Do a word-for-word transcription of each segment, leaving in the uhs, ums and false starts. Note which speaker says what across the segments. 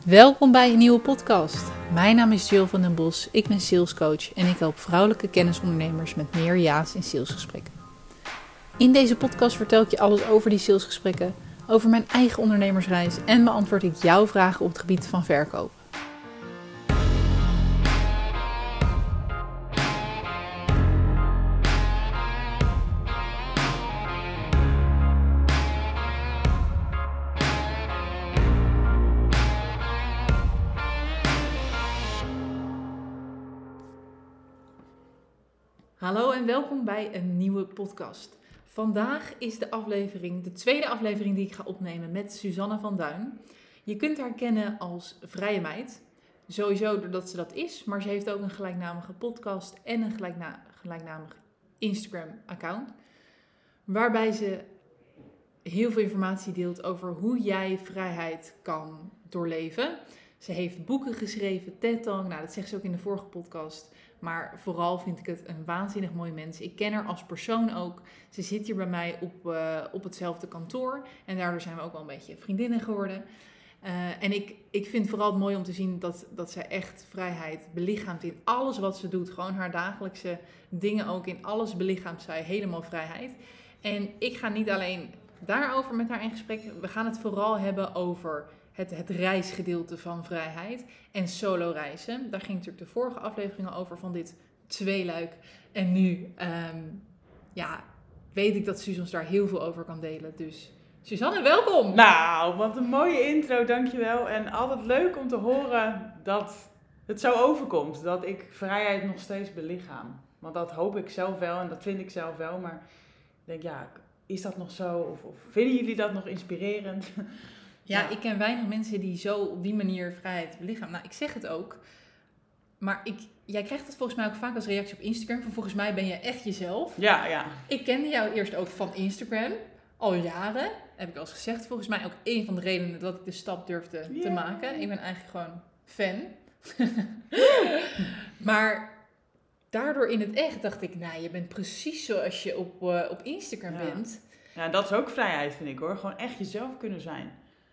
Speaker 1: Welkom bij een nieuwe podcast. Mijn naam is Jill van den Bos, ik ben salescoach en ik help vrouwelijke kennisondernemers met meer ja's in salesgesprekken. In deze podcast vertel ik je alles over die salesgesprekken, over mijn eigen ondernemersreis en beantwoord ik jouw vragen op het gebied van verkoop. Hallo en welkom bij een nieuwe podcast. Vandaag is de aflevering, de tweede aflevering die ik ga opnemen met Suzanne van Duin. Je kunt haar kennen als Vrije Meid. Sowieso doordat ze dat is, maar ze heeft ook een gelijknamige podcast en een gelijkna- gelijknamig Instagram account. Waarbij ze heel veel informatie deelt over hoe jij vrijheid kan doorleven. Ze heeft boeken geschreven, TED-talk, nou dat zegt ze ook in de vorige podcast. Maar vooral vind ik het een waanzinnig mooi mens. Ik ken haar als persoon ook. Ze zit hier bij mij op, uh, op hetzelfde kantoor. En daardoor zijn we ook wel een beetje vriendinnen geworden. Uh, en ik, ik vind vooral het mooi om te zien dat, dat zij echt vrijheid belichaamt in alles wat ze doet. Gewoon haar dagelijkse dingen ook. In alles belichaamt zij helemaal vrijheid. En ik ga niet alleen daarover met haar in gesprek. We gaan het vooral hebben over Het, het reisgedeelte van vrijheid en solo reizen. Daar ging natuurlijk de vorige afleveringen over van dit tweeluik. En nu um, ja, weet ik dat Suus ons daar heel veel over kan delen. Dus Suzanne, welkom!
Speaker 2: Nou, wat een mooie intro, dankjewel. En altijd leuk om te horen dat het zo overkomt. Dat ik vrijheid nog steeds belichaam. Want dat hoop ik zelf wel en dat vind ik zelf wel. Maar ik denk, ja, is dat nog zo? Of, of vinden jullie dat nog inspirerend?
Speaker 1: Ja, ja, ik ken weinig mensen die zo op die manier vrijheid belichamen. Nou, ik zeg het ook. Maar ik, jij krijgt het volgens mij ook vaak als reactie op Instagram. Van volgens mij ben je echt jezelf.
Speaker 2: Ja, ja.
Speaker 1: Ik kende jou eerst ook van Instagram. Al jaren. Heb ik al eens gezegd. Volgens mij ook een van de redenen dat ik de stap durfde yeah. te maken. Ik ben eigenlijk gewoon fan. Maar daardoor in het echt dacht ik... Nou, je bent precies zoals je op, uh, op Instagram
Speaker 2: ja.
Speaker 1: bent.
Speaker 2: Ja, dat is ook vrijheid, vind ik hoor. Gewoon echt jezelf kunnen zijn.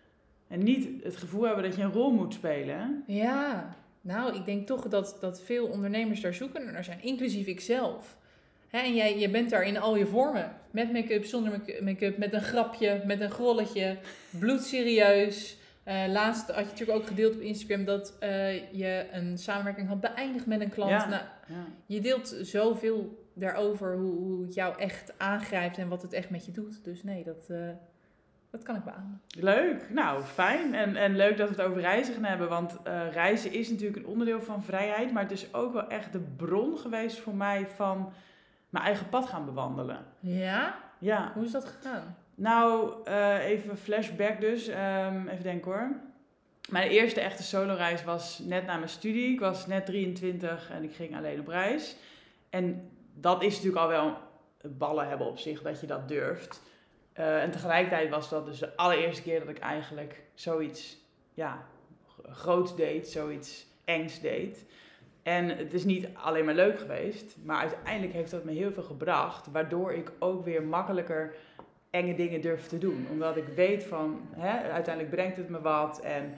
Speaker 2: En niet het gevoel hebben dat je een rol moet spelen.
Speaker 1: Ja, nou, ik denk toch dat, dat veel ondernemers daar zoeken naar zijn, inclusief ikzelf. Hè, en jij, jij bent daar in al je vormen. Met make-up, zonder make-up, met een grapje, met een grolletje, bloedserieus. Uh, laatst had je natuurlijk ook gedeeld op Instagram dat uh, je een samenwerking had beëindigd met een klant.
Speaker 2: Ja,
Speaker 1: nou,
Speaker 2: ja.
Speaker 1: Je deelt zoveel daarover hoe, hoe het jou echt aangrijpt en wat het echt met je doet. Dus nee, dat... Uh, Dat kan ik beamen.
Speaker 2: Leuk, nou fijn. En, en leuk dat we het over reizen gaan hebben. Want uh, reizen is natuurlijk een onderdeel van vrijheid. Maar het is ook wel echt de bron geweest voor mij van mijn eigen pad gaan bewandelen.
Speaker 1: Ja?
Speaker 2: Ja.
Speaker 1: Hoe is dat gegaan?
Speaker 2: Nou, uh, even flashback dus. Um, even denken hoor. Mijn eerste echte soloreis was net na mijn studie. Ik was net drieëntwintig en ik ging alleen op reis. En dat is natuurlijk al wel ballen hebben op zich dat je dat durft. Uh, en tegelijkertijd was dat dus de allereerste keer dat ik eigenlijk zoiets ja, groots deed, zoiets engs deed. En het is niet alleen maar leuk geweest, maar uiteindelijk heeft dat me heel veel gebracht, waardoor ik ook weer makkelijker enge dingen durf te doen. Omdat ik weet van, hè, uiteindelijk brengt het me wat en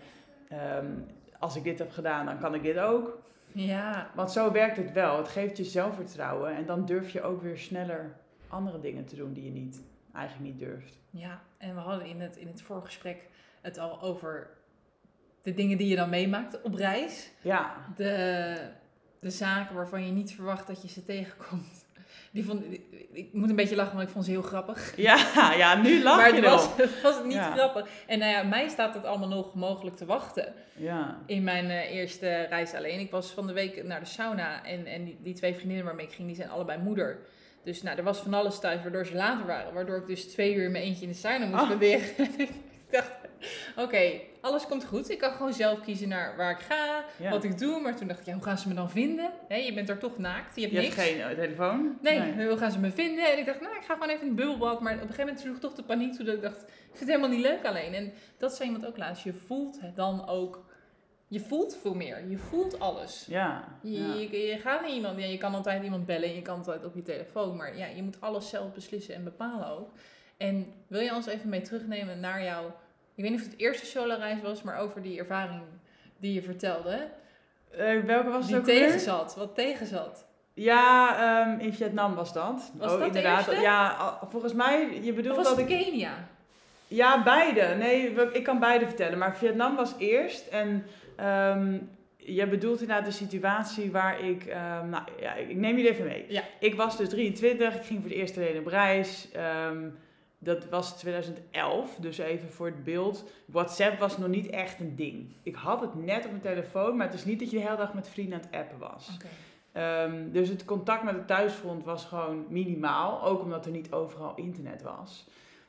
Speaker 2: um, als ik dit heb gedaan, dan kan ik dit ook.
Speaker 1: Ja.
Speaker 2: Want zo werkt het wel. Het geeft je zelfvertrouwen en dan durf je ook weer sneller andere dingen te doen die je niet... eigenlijk niet durft.
Speaker 1: Ja, en we hadden in het, in het voorgesprek het al over de dingen die je dan meemaakt op reis.
Speaker 2: Ja.
Speaker 1: De, de zaken waarvan je niet verwacht dat je ze tegenkomt. Die vond, ik moet een beetje lachen, want ik vond ze heel grappig.
Speaker 2: Ja, ja nu lach
Speaker 1: maar
Speaker 2: je
Speaker 1: het
Speaker 2: erop.
Speaker 1: was, het was niet
Speaker 2: ja.
Speaker 1: grappig. En nou ja, mij staat het allemaal nog mogelijk te wachten.
Speaker 2: Ja.
Speaker 1: In mijn uh, eerste reis alleen. Ik was van de week naar de sauna en, en die, die twee vriendinnen waarmee ik ging, die zijn allebei moeder. Dus nou, er was van alles thuis waardoor ze later waren. Waardoor ik dus twee uur in mijn eentje in de sauna moest proberen. Oh. Ik dacht, oké, okay, alles komt goed. Ik kan gewoon zelf kiezen naar waar ik ga, ja. wat ik doe. Maar toen dacht ik, ja, hoe gaan ze me dan vinden? He, je bent er toch naakt, je hebt
Speaker 2: je
Speaker 1: niks.
Speaker 2: Je hebt geen uh, telefoon?
Speaker 1: Nee, nee, hoe gaan ze me vinden? En ik dacht, nou, ik ga gewoon even in het bubbelbad. Maar op een gegeven moment sloeg toch de paniek toe dat ik dacht, ik vind het helemaal niet leuk alleen. En dat zei iemand ook laatst. Je voelt het dan ook... Je voelt veel meer. Je voelt alles.
Speaker 2: Ja,
Speaker 1: je,
Speaker 2: ja.
Speaker 1: Je, je gaat naar iemand. Ja, je kan altijd iemand bellen. En je kan altijd op je telefoon. Maar ja, je moet alles zelf beslissen en bepalen ook. En wil je ons even mee terugnemen naar jouw Ik weet niet of het de eerste solo-reis was, maar over die ervaring die je vertelde.
Speaker 2: Uh, welke was het
Speaker 1: die
Speaker 2: ook
Speaker 1: tegen
Speaker 2: weer?
Speaker 1: zat, wat tegen zat.
Speaker 2: Ja, um, in Vietnam was dat.
Speaker 1: Was
Speaker 2: oh,
Speaker 1: dat
Speaker 2: inderdaad.
Speaker 1: de eerste?
Speaker 2: Ja, volgens mij, je bedoelt
Speaker 1: of was
Speaker 2: dat
Speaker 1: het
Speaker 2: ik...
Speaker 1: Kenia?
Speaker 2: Ja, beide. Nee, ik kan beide vertellen. Maar Vietnam was eerst. En um, je bedoelt inderdaad de situatie waar ik... Um, nou ja, ik neem jullie even mee.
Speaker 1: Ja.
Speaker 2: Ik was dus drieëntwintig. Ik ging voor de eerste alleen op reis. Um, dat was twintig elf. Dus even voor het beeld. WhatsApp was nog niet echt een ding. Ik had het net op mijn telefoon. Maar het is niet dat je de hele dag met vrienden aan het appen was.
Speaker 1: Okay.
Speaker 2: Um, dus het contact met het thuisfront was gewoon minimaal. Ook omdat er niet overal internet was.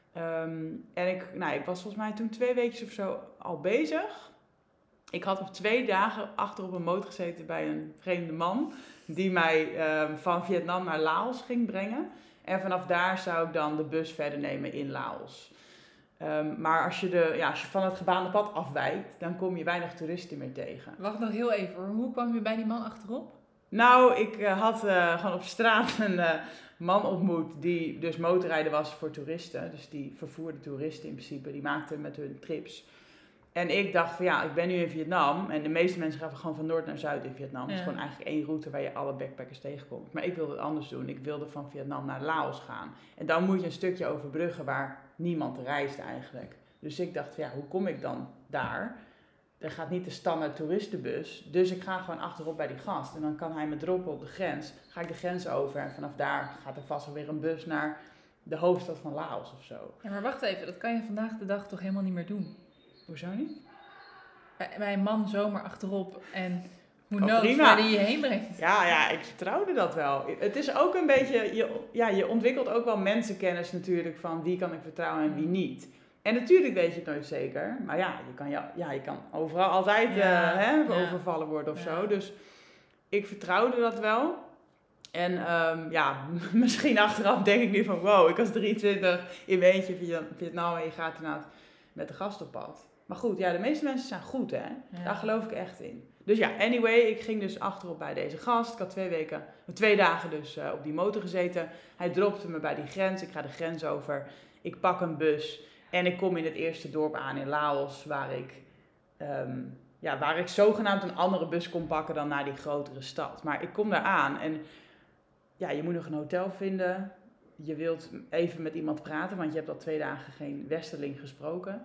Speaker 2: Um, en ik, nou, ik was volgens mij toen twee weken of zo al bezig. Ik had op twee dagen achter op een motor gezeten bij een vreemde man. Die mij um, van Vietnam naar Laos ging brengen. En vanaf daar zou ik dan de bus verder nemen in Laos. Um, maar als je, de, ja, als je van het gebaande pad afwijkt, dan kom je weinig toeristen meer tegen.
Speaker 1: Wacht nog heel even hoor. Hoe kwam je bij die man achterop?
Speaker 2: Nou, ik uh, had uh, gewoon op straat een uh, man ontmoet die dus motorrijder was voor toeristen. Dus die vervoerde toeristen in principe, die maakte met hun trips. En ik dacht van ja, ik ben nu in Vietnam en de meeste mensen gaan gewoon van noord naar zuid in Vietnam. Het ja. is gewoon eigenlijk één route waar je alle backpackers tegenkomt. Maar ik wilde het anders doen. Ik wilde van Vietnam naar Laos gaan. En dan moet je een stukje overbruggen waar niemand reist eigenlijk. Dus ik dacht van ja, hoe kom ik dan daar? Er gaat niet de standaard toeristenbus. Dus ik ga gewoon achterop bij die gast. En dan kan hij me droppen op de grens. Ga ik de grens over en vanaf daar gaat er vast wel weer een bus naar de hoofdstad van Laos of zo.
Speaker 1: Ja, maar wacht even. Dat kan je vandaag de dag toch helemaal niet meer doen?
Speaker 2: Hoezo niet?
Speaker 1: Bij, bij een man zomaar achterop en hoe
Speaker 2: oh,
Speaker 1: knows waar die je heen brengt.
Speaker 2: Ja, ja, ik vertrouwde dat wel. Het is ook een beetje, je, ja, je ontwikkelt ook wel mensenkennis natuurlijk van wie kan ik vertrouwen en wie niet. En natuurlijk weet je het nooit zeker, maar ja, je kan, ja, ja, je kan overal altijd ja, uh, hè, ja. overvallen worden of ja. zo. Dus ik vertrouwde dat wel. En um, ja, misschien achteraf denk ik nu van wow, ik was drieëntwintig in mijn eentje via Vietnam en je gaat inderdaad met de gast op pad. Maar goed, ja, de meeste mensen zijn goed, hè. Ja. Daar geloof ik echt in. Dus ja, anyway, ik ging dus achterop bij deze gast. Ik had twee weken, twee dagen dus uh, op die motor gezeten. Hij dropte me bij die grens. Ik ga de grens over. Ik pak een bus en ik kom in het eerste dorp aan in Laos, waar ik, um, ja, waar ik zogenaamd een andere bus kon pakken dan naar die grotere stad. Maar ik kom daar aan en ja, je moet nog een hotel vinden. Je wilt even met iemand praten, want je hebt al twee dagen geen westerling gesproken.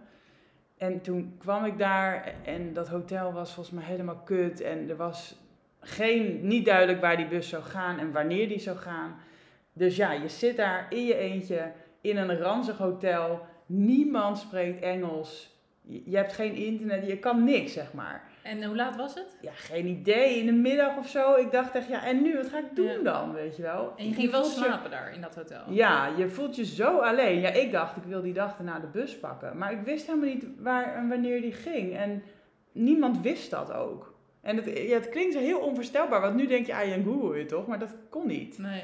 Speaker 2: En toen kwam ik daar en dat hotel was volgens mij helemaal kut. En er was geen, niet duidelijk waar die bus zou gaan en wanneer die zou gaan. Dus ja, je zit daar in je eentje in een ranzig hotel. Niemand spreekt Engels. Je hebt geen internet, je kan niks, zeg maar.
Speaker 1: En hoe laat was het?
Speaker 2: Ja, geen idee. In de middag of zo. Ik dacht echt, ja, en nu? Wat ga ik doen ja. dan, weet je wel?
Speaker 1: En je ging je wel slapen je... daar in dat hotel?
Speaker 2: Ja, je voelt je zo alleen. Ja, ik dacht, ik wil die dag daarna de bus pakken. Maar ik wist helemaal niet waar en wanneer die ging. En niemand wist dat ook. En het, ja, het klinkt zo heel onvoorstelbaar. Want nu denk je, ah, je Google je toch? Maar dat kon niet.
Speaker 1: Nee.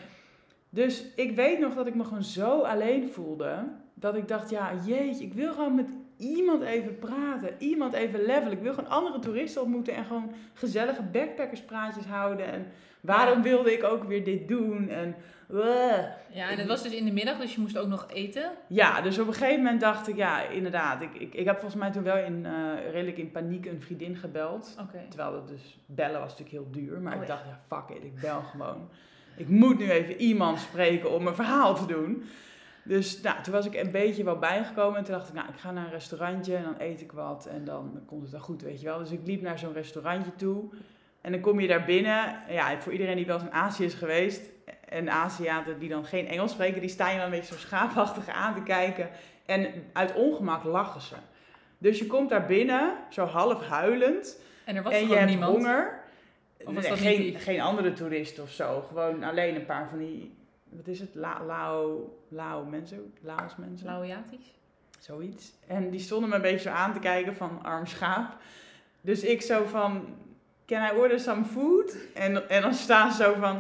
Speaker 2: Dus ik weet nog dat ik me gewoon zo alleen voelde. Dat ik dacht, ja, jeetje, ik wil gewoon met iemand even praten, iemand even levelen. Ik wil gewoon andere toeristen ontmoeten en gewoon gezellige backpackerspraatjes houden. En waarom ja. wilde ik ook weer dit doen? En, uh,
Speaker 1: ja, en het was dus in de middag, dus je moest ook nog eten?
Speaker 2: Ja, dus op een gegeven moment dacht ik, ja, inderdaad. Ik, ik, ik heb volgens mij toen wel in, uh, redelijk in paniek een vriendin gebeld.
Speaker 1: Okay.
Speaker 2: Terwijl dat dus, bellen was natuurlijk heel duur. Maar
Speaker 1: oh,
Speaker 2: ik
Speaker 1: ja.
Speaker 2: dacht, ja, fuck it, ik bel gewoon. Ik moet nu even iemand spreken om een verhaal te doen. Dus nou, toen was ik een beetje wel bijgekomen en toen dacht ik, nou, ik ga naar een restaurantje en dan eet ik wat en dan komt het wel goed, weet je wel. Dus ik liep naar zo'n restaurantje toe en dan kom je daar binnen. Ja, voor iedereen die wel eens in Azië is geweest en Aziaten die dan geen Engels spreken, die staan je dan een beetje zo schaapachtig aan te kijken en uit ongemak lachen ze. Dus je komt daar binnen, zo half huilend
Speaker 1: en, er was
Speaker 2: en je hebt
Speaker 1: niemand?
Speaker 2: honger.
Speaker 1: Of was
Speaker 2: nee,
Speaker 1: dat
Speaker 2: geen,
Speaker 1: niet
Speaker 2: geen andere toeristen of zo, gewoon alleen een paar van die... Wat is het? La, Lao, Lao mensen? Laos mensen?
Speaker 1: Laotisch?
Speaker 2: Zoiets. En die stonden me een beetje zo aan te kijken van arm schaap. Dus ik zo van, can I order some food? En, en dan staan ze zo van,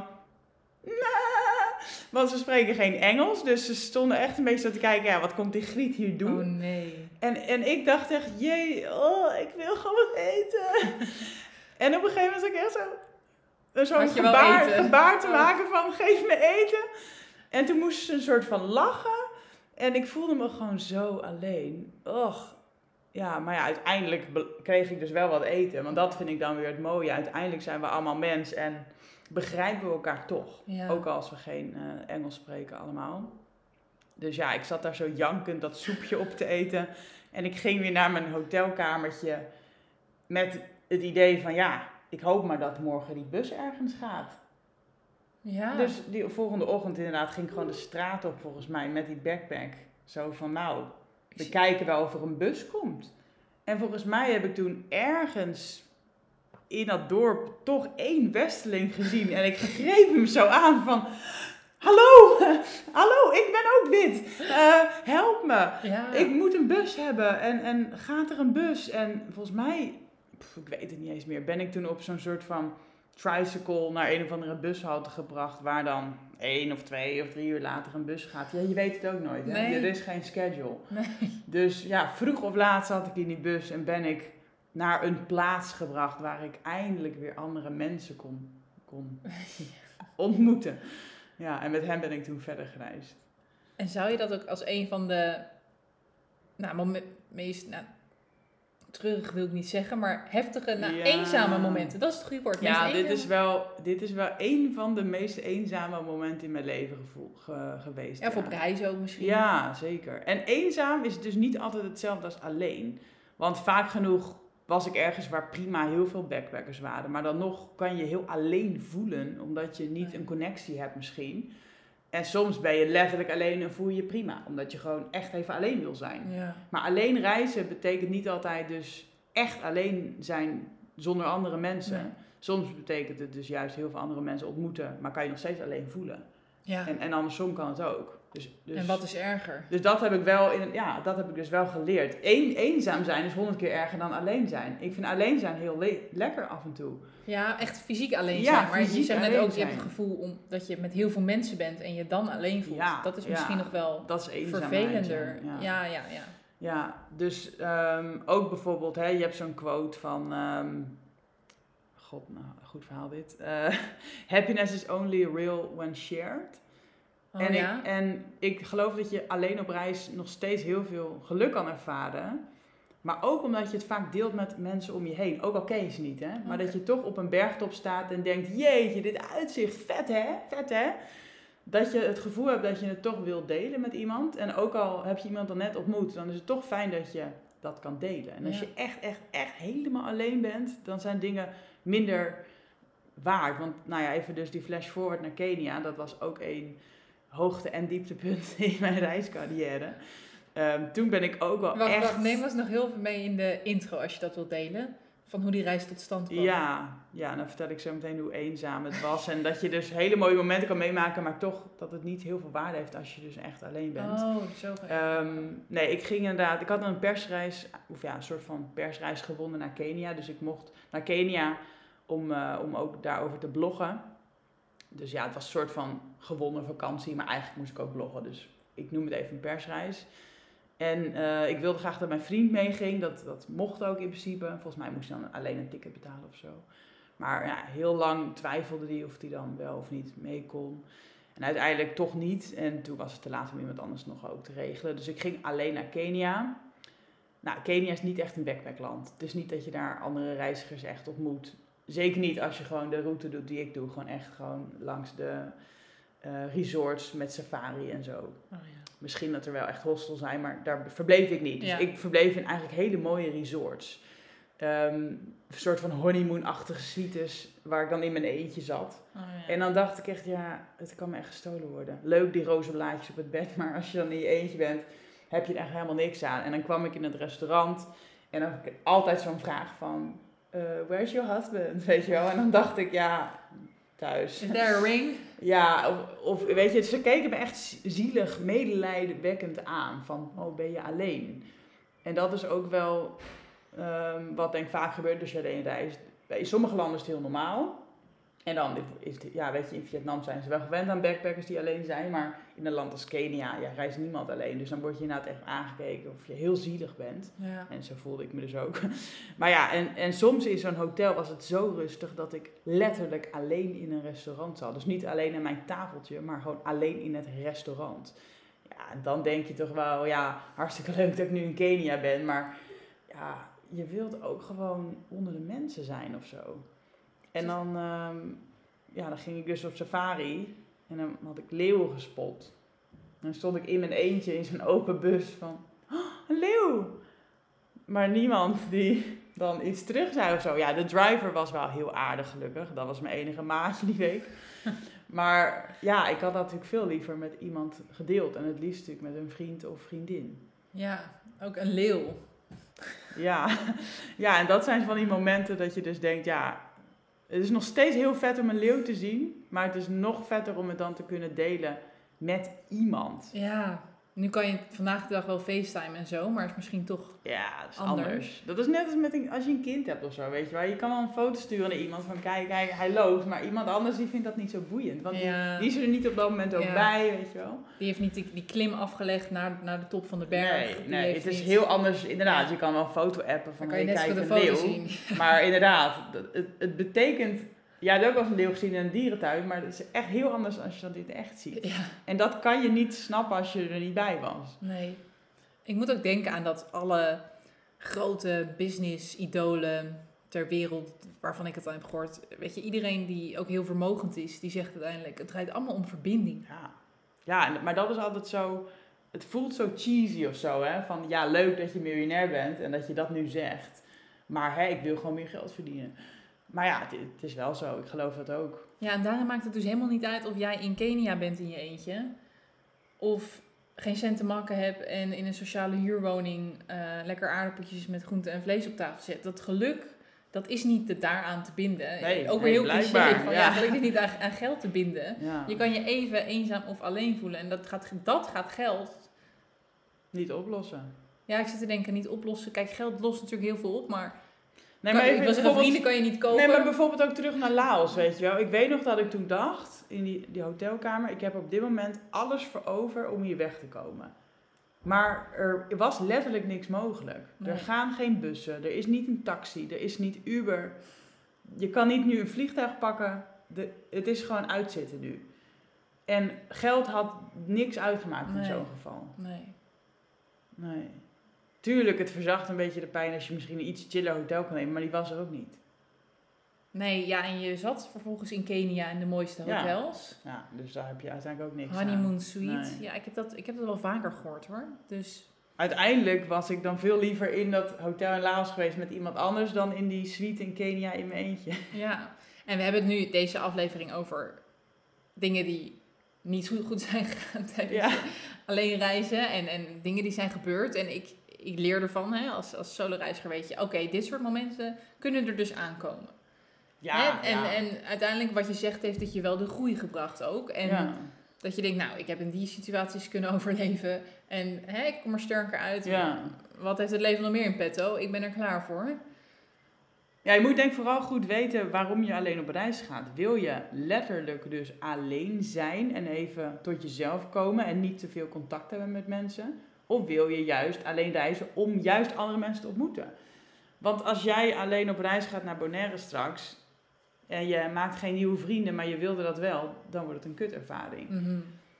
Speaker 2: nah! Want ze spreken geen Engels. Dus ze stonden echt een beetje zo te kijken, ja, wat komt die griet hier doen?
Speaker 1: Oh nee.
Speaker 2: En, en ik dacht echt, jee, oh, ik wil gewoon wat eten. En op een gegeven moment was ik echt zo... Zo'n gebaar, gebaar te maken van, geef me eten. En toen moest ze een soort van lachen. En ik voelde me gewoon zo alleen. Och, ja, maar ja, uiteindelijk be- kreeg ik dus wel wat eten. Want dat vind ik dan weer het mooie. Uiteindelijk zijn we allemaal mens en begrijpen we elkaar toch.
Speaker 1: Ja.
Speaker 2: Ook als we geen uh, Engels spreken allemaal. Dus ja, ik zat daar zo jankend dat soepje op te eten. En ik ging weer naar mijn hotelkamertje met het idee van ja, ik hoop maar dat morgen die bus ergens gaat.
Speaker 1: Ja.
Speaker 2: Dus die volgende ochtend inderdaad ging ik gewoon de straat op volgens mij met die backpack. Zo van nou, we kijken wel of er een bus komt. En volgens mij heb ik toen ergens in dat dorp toch één Westeling gezien. En ik greep hem zo aan van... Hallo, hallo, ik ben ook wit. Uh, help me.
Speaker 1: Ja.
Speaker 2: Ik moet een bus hebben. En, en gaat er een bus? En volgens mij, pff, ik weet het niet eens meer, ben ik toen op zo'n soort van tricycle naar een of andere bushalte gebracht. Waar dan één of twee of drie uur later een bus gaat. Ja, je weet het ook nooit. Hè?
Speaker 1: Nee.
Speaker 2: Er is geen schedule.
Speaker 1: Nee.
Speaker 2: Dus ja, vroeg of laat zat ik in die bus en ben ik naar een plaats gebracht waar ik eindelijk weer andere mensen kon, kon ontmoeten. Ja, en met hem ben ik toen verder gereisd.
Speaker 1: En zou je dat ook als een van de nou, mom- meest, nou, treurig wil ik niet zeggen, maar heftige, nou,
Speaker 2: Ja.
Speaker 1: eenzame momenten, dat is het goede woord.
Speaker 2: Ja,
Speaker 1: Meest
Speaker 2: dit
Speaker 1: eenzame-
Speaker 2: is, wel, dit is wel een van de meest eenzame momenten in mijn leven gevoel, ge- geweest.
Speaker 1: Ja, of
Speaker 2: ja.
Speaker 1: op reis ook misschien.
Speaker 2: Ja, zeker. En eenzaam is dus niet altijd hetzelfde als alleen. Want vaak genoeg was ik ergens waar prima heel veel backpackers waren. Maar dan nog kan je heel alleen voelen, omdat je niet een connectie hebt misschien. En soms ben je letterlijk alleen en voel je je prima. Omdat je gewoon echt even alleen wil zijn.
Speaker 1: Ja.
Speaker 2: Maar alleen reizen betekent niet altijd dus echt alleen zijn zonder andere mensen.
Speaker 1: Nee.
Speaker 2: Soms betekent het dus juist heel veel andere mensen ontmoeten. Maar kan je nog steeds alleen voelen.
Speaker 1: Ja.
Speaker 2: En, en andersom kan het ook. Dus, dus,
Speaker 1: En wat is erger?
Speaker 2: dus dat heb ik wel in, ja, dat heb ik dus wel geleerd. Eén, eenzaam zijn is honderd keer erger dan alleen zijn. Ik vind alleen zijn heel le- lekker af en toe.
Speaker 1: Ja, echt fysiek alleen
Speaker 2: Ja,
Speaker 1: zijn. Maar je
Speaker 2: fysiek
Speaker 1: zegt net
Speaker 2: alleen
Speaker 1: ook, je hebt
Speaker 2: zijn.
Speaker 1: het gevoel om, dat je met heel veel mensen bent en je dan alleen voelt.
Speaker 2: Ja,
Speaker 1: dat is
Speaker 2: ja.
Speaker 1: misschien nog wel
Speaker 2: Dat is eenzaamheid.
Speaker 1: vervelender.
Speaker 2: Ja.
Speaker 1: Ja, ja, ja.
Speaker 2: Ja, dus um, ook bijvoorbeeld, hè, je hebt zo'n quote van, um, god, nou, goed verhaal dit. Uh, Happiness is only real when shared.
Speaker 1: Oh,
Speaker 2: en,
Speaker 1: ja?
Speaker 2: ik, en ik geloof dat je alleen op reis nog steeds heel veel geluk kan ervaren. Maar ook omdat je het vaak deelt met mensen om je heen. Ook al ken je ze niet, hè. Maar
Speaker 1: Okay.
Speaker 2: dat je toch op een bergtop staat en denkt, jeetje, dit uitzicht, vet hè, vet hè. Dat je het gevoel hebt dat je het toch wilt delen met iemand. En ook al heb je iemand dan net ontmoet, dan is het toch fijn dat je dat kan delen. En als
Speaker 1: Ja.
Speaker 2: je echt, echt, echt helemaal alleen bent, dan zijn dingen minder waard. Want, nou ja, even dus die flash forward naar Kenia. Dat was ook een hoogte- en dieptepunt in mijn reiscarrière. Um, toen ben ik ook wel
Speaker 1: Wacht,
Speaker 2: echt...
Speaker 1: wacht, neem ons nog heel veel mee in de intro als je dat wilt delen. Van hoe die reis tot stand kwam.
Speaker 2: Ja, ja, dan vertel ik zo meteen hoe eenzaam het was. En dat je dus hele mooie momenten kan meemaken, maar toch dat het niet heel veel waarde heeft als je dus echt alleen bent.
Speaker 1: Oh, zo ga je.
Speaker 2: Um, nee, ik ging inderdaad, ik had een persreis, of ja, een soort van persreis gewonnen naar Kenia. Dus ik mocht naar Kenia om, uh, om ook daarover te bloggen. Dus ja, het was een soort van gewonnen vakantie, maar eigenlijk moest ik ook bloggen. Dus ik noem het even een persreis. En uh, ik wilde graag dat mijn vriend meeging. Dat, dat mocht ook in principe. Volgens mij moest hij dan alleen een ticket betalen of zo. Maar ja, heel lang twijfelde hij of hij dan wel of niet mee kon. En uiteindelijk toch niet. En toen was het te laat om iemand anders nog ook te regelen. Dus ik ging alleen naar Kenia. Nou, Kenia is niet echt een backpackland. Het is niet dat je daar andere reizigers echt ontmoet. Zeker niet als je gewoon de route doet die ik doe. Gewoon echt gewoon langs de uh, resorts met safari en zo.
Speaker 1: Oh, ja.
Speaker 2: Misschien dat er wel echt hostels zijn, maar daar verbleef ik niet. Dus
Speaker 1: Ja.
Speaker 2: ik verbleef in eigenlijk hele mooie resorts. Um, een soort van honeymoon-achtige suites waar ik dan in mijn eentje zat.
Speaker 1: Oh, ja.
Speaker 2: En dan dacht ik echt, ja, het kan me echt gestolen worden. Leuk die roze blaadjes op het bed, maar als je dan in je eentje bent, heb je er echt helemaal niks aan. En dan kwam ik in het restaurant en dan had ik altijd zo'n vraag van, uh, where's your husband? Weet je wel? En dan dacht ik, ja, thuis.
Speaker 1: Is there a ring?
Speaker 2: Ja, of, of weet je, ze keken me echt zielig, medelijdwekkend aan. Van, oh, ben je alleen? En dat is ook wel um, wat denk ik vaak gebeurt als je alleen reist. Bij sommige landen is het heel normaal. En dan is het, ja, weet je, in Vietnam zijn ze wel gewend aan backpackers die alleen zijn. Maar in een land als Kenia, ja, reist niemand alleen. Dus dan word je inderdaad echt aangekeken of je heel zielig bent.
Speaker 1: Ja.
Speaker 2: En zo voelde ik me dus ook. Maar ja, en, en soms in zo'n hotel was het zo rustig dat ik letterlijk alleen in een restaurant zat. Dus niet alleen aan mijn tafeltje, maar gewoon alleen in het restaurant. Ja, en dan denk je toch wel, ja, hartstikke leuk dat ik nu in Kenia ben. Maar ja, je wilt ook gewoon onder de mensen zijn of zo. En dan, um, ja, dan ging ik dus op safari en dan had ik leeuwen gespot. En dan stond ik in mijn eentje in zo'n open bus van, oh, een leeuw! Maar niemand die dan iets terug zei of zo. Ja, de driver was wel heel aardig gelukkig. Dat was mijn enige maatje die week. Maar ja, ik had dat natuurlijk veel liever met iemand gedeeld. En het liefst natuurlijk met een vriend of vriendin.
Speaker 1: Ja, ook een leeuw.
Speaker 2: Ja, ja, en dat zijn van die momenten dat je dus denkt, ja, het is nog steeds heel vet om een leeuw te zien. Maar het is nog vetter om het dan te kunnen delen met iemand.
Speaker 1: Ja, nu kan je vandaag de dag wel FaceTime en zo, maar het is misschien toch
Speaker 2: ja, dat is
Speaker 1: anders.
Speaker 2: anders. Dat is net als met een, als je een kind hebt of zo, weet je wel. Je kan wel een foto sturen naar iemand van, kijk, hij, hij loopt. Maar iemand anders die vindt dat niet zo boeiend. Want
Speaker 1: ja.
Speaker 2: die, die is er niet op dat moment ook
Speaker 1: ja.
Speaker 2: bij, weet je wel.
Speaker 1: Die heeft niet die, die klim afgelegd naar, naar de top van de berg.
Speaker 2: Nee,
Speaker 1: Die
Speaker 2: nee
Speaker 1: heeft
Speaker 2: het is
Speaker 1: niet...
Speaker 2: heel anders. Inderdaad, je kan wel een foto appen van,
Speaker 1: Dan kan je
Speaker 2: hey,
Speaker 1: net zo
Speaker 2: kijk,
Speaker 1: de
Speaker 2: een
Speaker 1: foto
Speaker 2: leeuw.
Speaker 1: zien.
Speaker 2: Maar inderdaad, het, het betekent... Jij hebt ook wel eens een leeuw gezien in een dierentuin, maar het is echt heel anders als je dat in het echt ziet.
Speaker 1: Ja.
Speaker 2: En dat kan je niet snappen als je er niet bij was.
Speaker 1: Nee. Ik moet ook denken aan dat alle grote business-idolen ter wereld, waarvan ik het al heb gehoord, weet je, iedereen die ook heel vermogend is, die zegt uiteindelijk, het draait allemaal om verbinding.
Speaker 2: Ja, ja, maar dat is altijd zo, het voelt zo cheesy of zo, hè. Van ja, leuk dat je miljonair bent en dat je dat nu zegt. Maar hè, ik wil gewoon meer geld verdienen. Maar ja, het, het is wel zo. Ik geloof dat ook.
Speaker 1: Ja, en daarin maakt het dus helemaal niet uit of jij in Kenia bent in je eentje. Of geen cent te makken hebt en in een sociale huurwoning uh, lekker aardappeltjes met groente en vlees op tafel zet. Dat geluk, dat is niet de daaraan te binden.
Speaker 2: Nee,
Speaker 1: ook
Speaker 2: nee,
Speaker 1: heel
Speaker 2: blijkbaar,
Speaker 1: cliché van ja,
Speaker 2: ja.
Speaker 1: geluk is niet aan, aan geld te binden.
Speaker 2: Ja.
Speaker 1: Je kan je even eenzaam of alleen voelen en dat gaat, dat gaat geld...
Speaker 2: Niet oplossen.
Speaker 1: Ja, ik zit te denken, niet oplossen. Kijk, geld lost natuurlijk heel veel op, maar...
Speaker 2: Nee,
Speaker 1: Kan,
Speaker 2: maar
Speaker 1: ik wil zeggen, vrienden kan je niet kopen.
Speaker 2: Nee, maar bijvoorbeeld ook terug naar Laos, weet je wel. Ik weet nog dat ik toen dacht, in die, die hotelkamer, ik heb op dit moment alles voor over om hier weg te komen. Maar er was letterlijk niks mogelijk.
Speaker 1: Nee.
Speaker 2: Er gaan geen bussen, er is niet een taxi, er is niet Uber. Je kan niet nu een vliegtuig pakken. De, het is gewoon uitzitten nu. En geld had niks uitgemaakt in
Speaker 1: Nee.
Speaker 2: zo'n geval.
Speaker 1: Nee.
Speaker 2: Nee. Tuurlijk, het verzacht een beetje de pijn als je misschien een iets chiller hotel kan nemen, maar die was er ook niet.
Speaker 1: Nee, ja, en je zat vervolgens in Kenia in de mooiste
Speaker 2: Ja.
Speaker 1: hotels.
Speaker 2: Ja, dus daar heb je uiteindelijk ook niks aan.
Speaker 1: Honeymoon suite.
Speaker 2: Nee.
Speaker 1: Ja, ik heb, dat, ik heb dat wel vaker gehoord hoor. Dus
Speaker 2: Uiteindelijk was ik dan veel liever in dat hotel in Laos geweest met iemand anders dan in die suite in Kenia in mijn eentje.
Speaker 1: ja, en we hebben het nu deze aflevering over dingen die niet zo goed zijn gegaan tijdens
Speaker 2: Ja.
Speaker 1: alleen reizen. En, en dingen die zijn gebeurd. En ik, ik leer ervan, hè, als, als solo-reiziger weet je, oké, dit soort momenten kunnen er dus aankomen.
Speaker 2: Ja,
Speaker 1: Hè? En,
Speaker 2: ja.
Speaker 1: en uiteindelijk wat je zegt heeft het je wel de groei gebracht ook. En
Speaker 2: ja.
Speaker 1: dat je denkt, nou, ik heb in die situaties kunnen overleven. En hè, ik kom er sterker uit.
Speaker 2: Ja.
Speaker 1: Wat heeft het leven nog meer in petto? Ik ben er klaar voor.
Speaker 2: Ja, je moet denk ik vooral goed weten waarom je alleen op reis gaat. Wil je letterlijk dus alleen zijn en even tot jezelf komen en niet te veel contact hebben met mensen? Of wil je juist alleen reizen om juist andere mensen te ontmoeten? Want als jij alleen op reis gaat naar Bonaire straks en je maakt geen nieuwe vrienden, maar je wilde dat wel, dan wordt het een kutervaring.
Speaker 1: Mhm.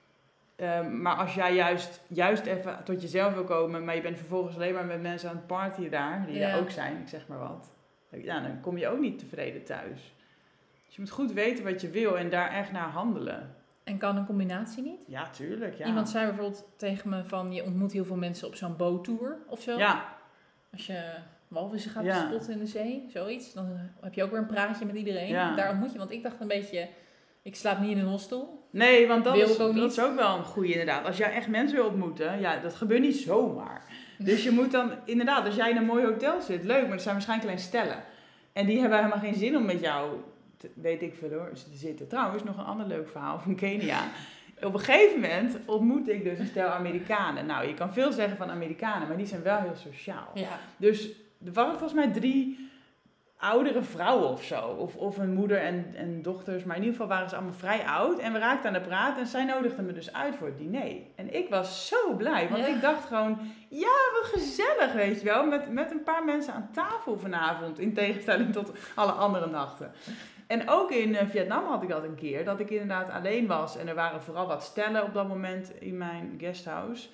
Speaker 2: Um, maar als jij juist, juist even tot jezelf wil komen, maar je bent vervolgens alleen maar met mensen aan het partyen daar, die
Speaker 1: Ja.
Speaker 2: daar ook zijn, ik zeg maar wat. Ja, dan kom je ook niet tevreden thuis. Dus je moet goed weten wat je wil en daar echt naar handelen.
Speaker 1: En kan een combinatie niet?
Speaker 2: Ja, tuurlijk. Ja.
Speaker 1: Iemand zei bijvoorbeeld tegen me van, je ontmoet heel veel mensen op zo'n boottour of zo.
Speaker 2: Ja,
Speaker 1: Als je walvissen gaat
Speaker 2: Ja.
Speaker 1: spotten in de zee, zoiets. Dan heb je ook weer een praatje met iedereen.
Speaker 2: Ja.
Speaker 1: Daar ontmoet je, want ik dacht een beetje, ik slaap niet in een hostel.
Speaker 2: nee, want dat,
Speaker 1: Wil
Speaker 2: is,
Speaker 1: ik ook
Speaker 2: dat
Speaker 1: niet.
Speaker 2: is ook wel een goede inderdaad. Als jij echt mensen wil ontmoeten, ja, dat gebeurt niet zomaar. Dus je moet dan, inderdaad, als jij in een mooi hotel zit, leuk, maar er zijn waarschijnlijk alleen stellen. En die hebben helemaal geen zin om met jou, te, weet ik veel hoor, te zitten. Trouwens, nog een ander leuk verhaal van Kenia. Op een gegeven moment ontmoette ik dus een stel Amerikanen. Nou, je kan veel zeggen van Amerikanen, maar die zijn wel heel sociaal.
Speaker 1: Ja.
Speaker 2: Dus er waren volgens mij drie oudere vrouwen of zo. Of, of een moeder en, en dochters. Maar in ieder geval waren ze allemaal vrij oud. En we raakten aan de praat. En zij nodigden me dus uit voor het diner. En ik was zo blij. Want
Speaker 1: Ja.
Speaker 2: ik dacht gewoon, ja, wat gezellig, weet je wel. Met, met een paar mensen aan tafel vanavond. In tegenstelling tot alle andere nachten. En ook in uh, Vietnam had ik dat een keer. Dat ik inderdaad alleen was. En er waren vooral wat stellen op dat moment in mijn guesthouse.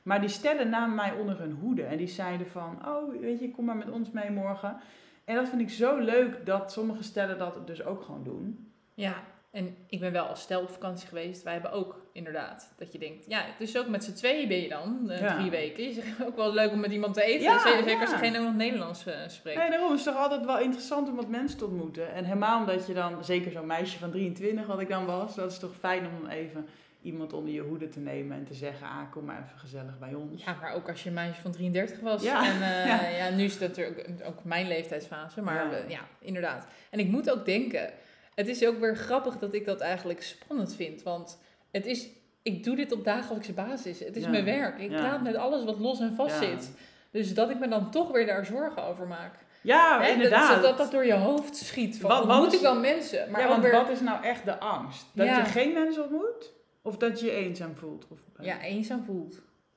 Speaker 2: Maar die stellen namen mij onder hun hoede. En die zeiden van, oh, weet je, kom maar met ons mee morgen. En dat vind ik zo leuk dat sommige stellen dat dus ook gewoon doen.
Speaker 1: Ja, en ik ben wel als stel op vakantie geweest. Wij hebben ook inderdaad dat je denkt, ja, dus ook met z'n tweeën ben je dan, uh,
Speaker 2: Ja.
Speaker 1: drie weken. Je zegt ook wel leuk om met iemand te eten.
Speaker 2: Ja,
Speaker 1: zeker
Speaker 2: ja.
Speaker 1: als je geen nog Nederlands uh, spreekt.
Speaker 2: Nee, daarom is het toch altijd wel interessant om wat mensen te ontmoeten. En helemaal omdat je dan, zeker zo'n meisje van drieëntwintig wat ik dan was, dat is toch fijn om even iemand onder je hoede te nemen en te zeggen, ah, kom maar even gezellig bij ons.
Speaker 1: Ja, maar ook als je een meisje van drieëndertig was.
Speaker 2: Ja.
Speaker 1: En uh,
Speaker 2: Ja.
Speaker 1: ja. nu is dat natuurlijk ook, ook mijn leeftijdsfase. Maar
Speaker 2: Ja.
Speaker 1: ja. Uh, ja, inderdaad. En ik moet ook denken, het is ook weer grappig dat ik dat eigenlijk spannend vind. Want het is, ik doe dit op dagelijkse basis. Het is
Speaker 2: Ja.
Speaker 1: mijn werk. Ik
Speaker 2: Ja.
Speaker 1: praat met alles wat los en vast
Speaker 2: Ja.
Speaker 1: zit. Dus dat ik me dan toch weer daar zorgen over maak.
Speaker 2: Ja,
Speaker 1: Hè,
Speaker 2: inderdaad.
Speaker 1: Dat, dat dat door je hoofd schiet. Van,
Speaker 2: Wat- wat
Speaker 1: moet
Speaker 2: is-
Speaker 1: ik wel mensen? Maar
Speaker 2: ja,
Speaker 1: ook
Speaker 2: want
Speaker 1: weer,
Speaker 2: wat is nou echt de angst? Dat
Speaker 1: Ja.
Speaker 2: je geen mensen ontmoet? Of dat je je eenzaam voelt? Of,
Speaker 1: ja, eenzaam voelt.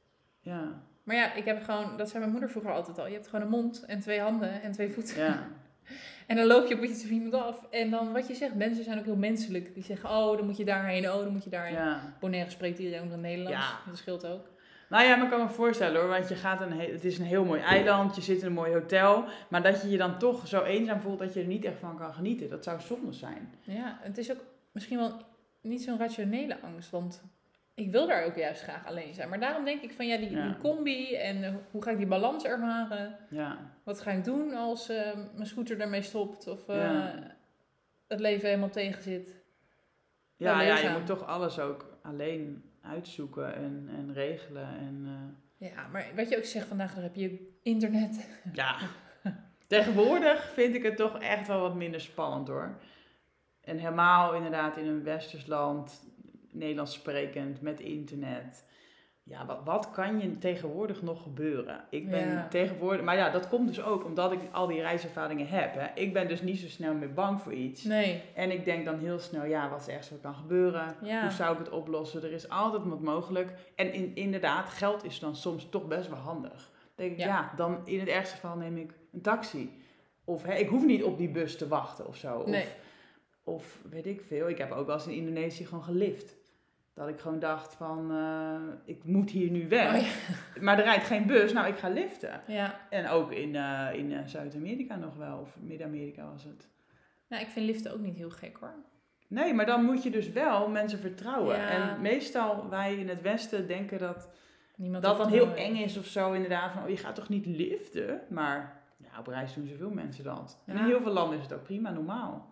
Speaker 2: ja.
Speaker 1: Maar ja, ik heb gewoon, dat zei mijn moeder vroeger altijd al. Je hebt gewoon een mond en twee handen en twee voeten.
Speaker 2: Ja.
Speaker 1: En dan loop je op iets of iemand af. En dan wat je zegt, mensen zijn ook heel menselijk. Die zeggen, oh, dan moet je daarheen, oh, dan moet je daarheen.
Speaker 2: Ja.
Speaker 1: Bonaire spreekt iedereen ook nog Nederlands.
Speaker 2: Ja.
Speaker 1: Dat scheelt ook.
Speaker 2: Nou ja, maar ik kan me voorstellen hoor, want je gaat een he- het is een heel mooi eiland, je zit in een mooi hotel, maar dat je je dan toch zo eenzaam voelt dat je er niet echt van kan genieten, dat zou zonde zijn.
Speaker 1: Ja, het is ook misschien wel niet zo'n rationele angst. Want ik wil daar ook juist graag alleen zijn. Maar daarom denk ik van, ja, die,
Speaker 2: Ja.
Speaker 1: die combi en uh, hoe ga ik die balans ervaren?
Speaker 2: Ja.
Speaker 1: Wat ga ik doen als uh, mijn scooter daarmee stopt? Of uh,
Speaker 2: Ja.
Speaker 1: het leven helemaal tegen zit?
Speaker 2: Ja,
Speaker 1: Wel
Speaker 2: ja, je
Speaker 1: leerzaam.
Speaker 2: moet toch alles ook alleen uitzoeken en, en regelen en uh,
Speaker 1: Ja, maar wat je ook zegt, vandaag daar heb je internet.
Speaker 2: ja. Tegenwoordig vind ik het toch echt wel wat minder spannend hoor. En helemaal inderdaad in een westers land, Nederlands sprekend, met internet. Ja, wat, wat kan je tegenwoordig nog gebeuren? Ik ben
Speaker 1: Ja.
Speaker 2: tegenwoordig... Maar ja, dat komt dus ook omdat ik al die reiservaringen heb. Hè. Ik ben dus niet zo snel meer bang voor iets.
Speaker 1: Nee.
Speaker 2: En ik denk dan heel snel, ja, wat is er echt wat kan gebeuren?
Speaker 1: Ja.
Speaker 2: Hoe zou ik het oplossen? Er is altijd wat mogelijk. En in, inderdaad, geld is dan soms toch best wel handig. Dan denk ik,
Speaker 1: Ja.
Speaker 2: ja, dan in het ergste geval neem ik een taxi. Of hè, ik hoef niet op die bus te wachten of zo.
Speaker 1: Nee.
Speaker 2: Of, of weet ik veel. Ik heb ook wel eens in Indonesië gewoon gelift. Dat ik gewoon dacht van, uh, ik moet hier nu weg.
Speaker 1: Oh, ja.
Speaker 2: Maar er rijdt geen bus, nou ik ga liften.
Speaker 1: Ja.
Speaker 2: En ook in, uh, in uh, Zuid-Amerika nog wel, of Midden-Amerika was het.
Speaker 1: Nou, ik vind liften ook niet heel gek hoor.
Speaker 2: Nee, maar dan moet je dus wel mensen vertrouwen.
Speaker 1: Ja.
Speaker 2: En meestal wij in het Westen denken dat
Speaker 1: Niemand
Speaker 2: dat dan
Speaker 1: heeft
Speaker 2: heel
Speaker 1: nou,
Speaker 2: eng is of zo inderdaad. Van, oh, je gaat toch niet liften? Maar ja, op reis doen zoveel mensen dat. En
Speaker 1: Ja.
Speaker 2: in heel veel landen is het ook prima normaal.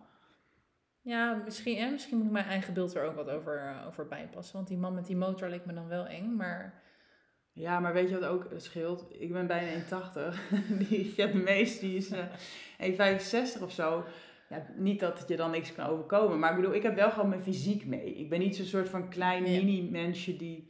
Speaker 1: Ja, misschien, en misschien moet ik mijn eigen beeld er ook wat over, uh, over bijpassen. Want die man met die motor leek me dan wel eng, maar...
Speaker 2: Ja, maar weet je wat ook scheelt? Ik ben bijna één tachtig. Die Vietnamees, die is uh, één vijfenzestig of zo. Ja, niet dat het je dan niks kan overkomen. Maar ik bedoel, ik heb wel gewoon mijn fysiek mee. Ik ben niet zo'n soort van klein
Speaker 1: Ja.
Speaker 2: mini-mensje die...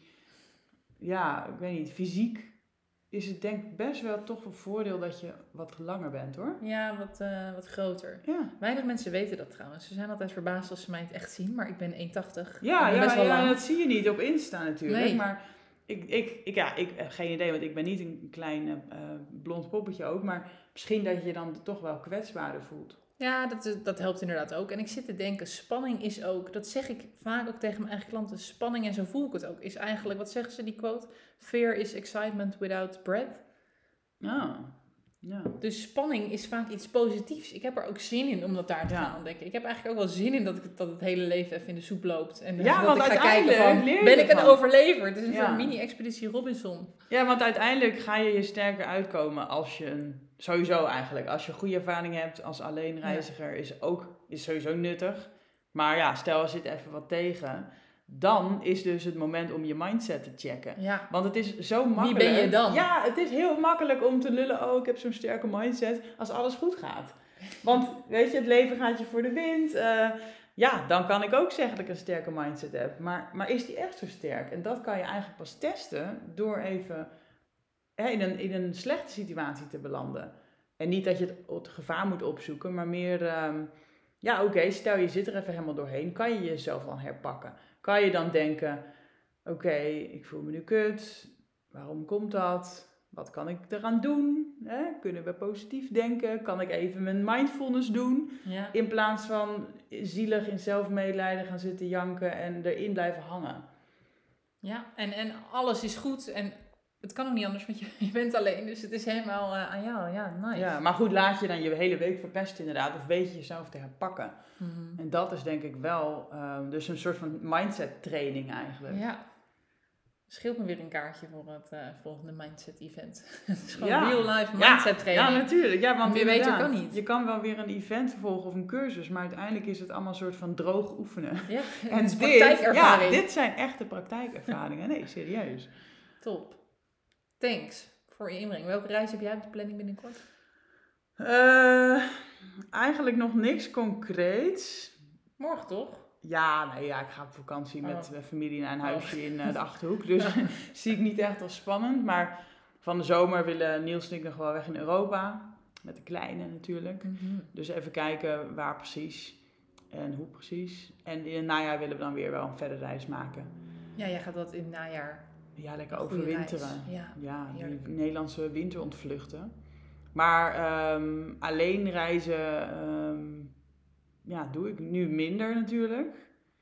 Speaker 2: Ja, ik weet niet. Fysiek is het denk ik best wel toch een voordeel dat je wat langer bent hoor.
Speaker 1: Ja, wat, uh, wat groter.
Speaker 2: Ja.
Speaker 1: Weinig mensen weten dat trouwens. Ze zijn altijd verbaasd als ze mij het echt zien, maar ik ben één tachtig.
Speaker 2: Ja,
Speaker 1: ik ben
Speaker 2: ja,
Speaker 1: best wel
Speaker 2: ja
Speaker 1: lang.
Speaker 2: dat zie je niet op Insta natuurlijk.
Speaker 1: Nee.
Speaker 2: Maar ik, ik, ik, ja, ik heb geen idee, want ik ben niet een klein uh, blond poppetje ook. Maar misschien dat je je dan toch wel kwetsbaarder voelt.
Speaker 1: Ja, dat, is- dat helpt inderdaad ook. En ik zit te denken, spanning is ook, dat zeg ik vaak ook tegen mijn eigen klanten, spanning, en zo voel ik het ook, is eigenlijk, wat zeggen ze die quote? Fear is excitement without breath.
Speaker 2: Ja, ja.
Speaker 1: Dus spanning is vaak iets positiefs. Ik heb er ook zin in om dat daar te
Speaker 2: Ja.
Speaker 1: gaan ontdekken. Ik heb eigenlijk ook wel zin in dat, ik, dat het hele leven even in de soep loopt. En
Speaker 2: Ja,
Speaker 1: dat
Speaker 2: want
Speaker 1: ik ga kijken
Speaker 2: uiteindelijk
Speaker 1: van,
Speaker 2: leer je
Speaker 1: ben ik een
Speaker 2: ervan.
Speaker 1: overlever? Het is een
Speaker 2: Ja.
Speaker 1: soort mini-expeditie Robinson.
Speaker 2: Ja, want uiteindelijk ga je je sterker uitkomen als je een... Sowieso eigenlijk. Als je een goede ervaring hebt als alleenreiziger is ook is sowieso nuttig. Maar ja, stel er zit even wat tegen. Dan is dus het moment om je mindset te checken.
Speaker 1: Ja.
Speaker 2: Want het is zo makkelijk.
Speaker 1: ben je dan?
Speaker 2: Ja, het is heel makkelijk om te lullen. Oh, ik heb zo'n sterke mindset. Als alles goed gaat. Want weet je, het leven gaat je voor de wind. Uh, ja, dan kan ik ook zeggen dat ik een sterke mindset heb. Maar, maar is die echt zo sterk? En dat kan je eigenlijk pas testen door even hè, in, een, in een slechte situatie te belanden. En niet dat je het, het gevaar moet opzoeken, maar meer... Um, ja, oké, okay, stel je zit er even helemaal doorheen. Kan je jezelf dan herpakken? Kan je dan denken, oké, okay, ik voel me nu kut. Waarom komt dat? Wat kan ik eraan doen? Hè? Kunnen we positief denken? Kan ik even mijn mindfulness doen?
Speaker 1: Ja.
Speaker 2: In plaats van zielig in zelfmedelijden gaan zitten janken en erin blijven hangen.
Speaker 1: Ja, en, en alles is goed. En het kan ook niet anders, want je, je bent alleen. Dus het is helemaal uh, aan jou. Ja, nice.
Speaker 2: Ja, maar goed, laat je dan je hele week verpesten inderdaad. Of weet je jezelf te herpakken.
Speaker 1: Mm-hmm.
Speaker 2: En dat is denk ik wel um, dus een soort van mindset training eigenlijk.
Speaker 1: Ja. Scheelt me weer een kaartje voor het uh, volgende mindset event. Het is gewoon
Speaker 2: ja.
Speaker 1: real life mindset
Speaker 2: ja.
Speaker 1: training.
Speaker 2: Ja, natuurlijk. Ja, want
Speaker 1: je weet, je kan niet.
Speaker 2: Je kan wel weer een event volgen of een cursus, maar uiteindelijk is het allemaal een soort van droog oefenen.
Speaker 1: Ja,
Speaker 2: en
Speaker 1: het is
Speaker 2: dit,
Speaker 1: praktijkervaring.
Speaker 2: Ja, dit zijn echte praktijkervaringen. Nee, serieus.
Speaker 1: Top. Thanks voor je inbreng. Welke reis heb jij op de planning binnenkort?
Speaker 2: Uh, eigenlijk nog niks concreets.
Speaker 1: Morgen toch?
Speaker 2: Ja, nee, ja, ik ga op vakantie met
Speaker 1: oh.
Speaker 2: familie naar een huisje oh. in uh, de Achterhoek. Dus zie ik niet echt als spannend. Maar van de zomer willen Niels en ik nog wel weg in Europa. Met de kleine natuurlijk.
Speaker 1: Mm-hmm.
Speaker 2: Dus even kijken waar precies en hoe precies. En in het najaar willen we dan weer wel een verder reis maken.
Speaker 1: Ja, jij gaat dat in het najaar.
Speaker 2: Ja, lekker overwinteren.
Speaker 1: Ja,
Speaker 2: ja die Nederlandse winter ontvluchten. Maar um, alleen reizen um, ja, doe ik nu minder natuurlijk.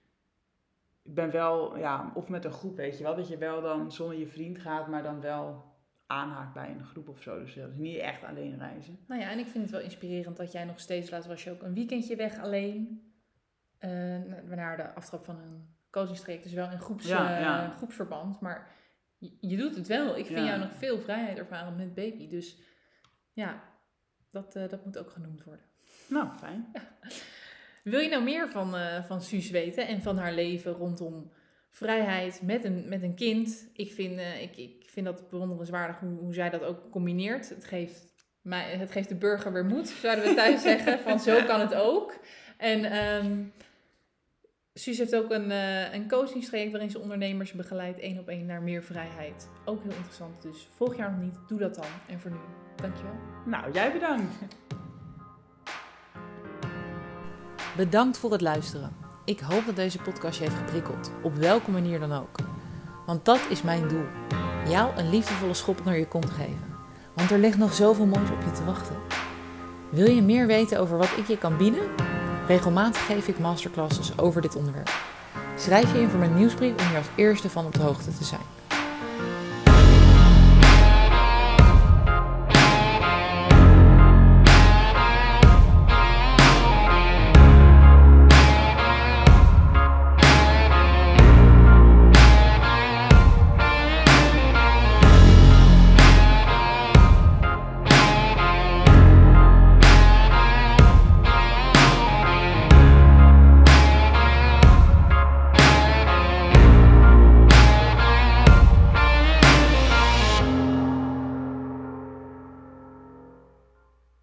Speaker 2: Ik ben wel, ja, of met een groep, weet je wel. Dat je wel dan zonder je vriend gaat, maar dan wel aanhaakt bij een groep of zo. Dus dat is niet echt alleen reizen.
Speaker 1: Nou ja, en ik vind het wel inspirerend dat jij nog steeds, laatst was je ook een weekendje weg alleen. Uh, naar de aftrap van een coachingstraject. Dus wel in groeps, ja, ja. Uh, groepsverband. Maar je, je doet het wel. Ik vind ja. jou nog veel vrijheid ervaren met baby. Dus ja, dat, uh, dat moet ook genoemd worden.
Speaker 2: Nou, fijn.
Speaker 1: Ja. Wil je nou meer van, uh, van Suus weten en van haar leven rondom vrijheid met een, met een kind? Ik vind, uh, ik, ik vind dat bewonderenswaardig hoe, hoe zij dat ook combineert. Het geeft, mij, het geeft de burger weer moed, zouden we thuis zeggen. Van zo kan het ook. En um, Suus heeft ook een, uh, een coachingstraject waarin ze ondernemers begeleidt één op één naar meer vrijheid. Ook heel interessant. Dus volg je haar nog niet, doe dat dan. En voor nu, dankjewel.
Speaker 2: Nou, jij bedankt.
Speaker 1: Bedankt voor het luisteren. Ik hoop dat deze podcast je heeft geprikkeld, op welke manier dan ook. Want dat is mijn doel. Jou een liefdevolle schop naar je kont geven. Want er ligt nog zoveel moois op je te wachten. Wil je meer weten over wat ik je kan bieden? Regelmatig geef ik masterclasses over dit onderwerp. Schrijf je in voor mijn nieuwsbrief om hier als eerste van op de hoogte te zijn.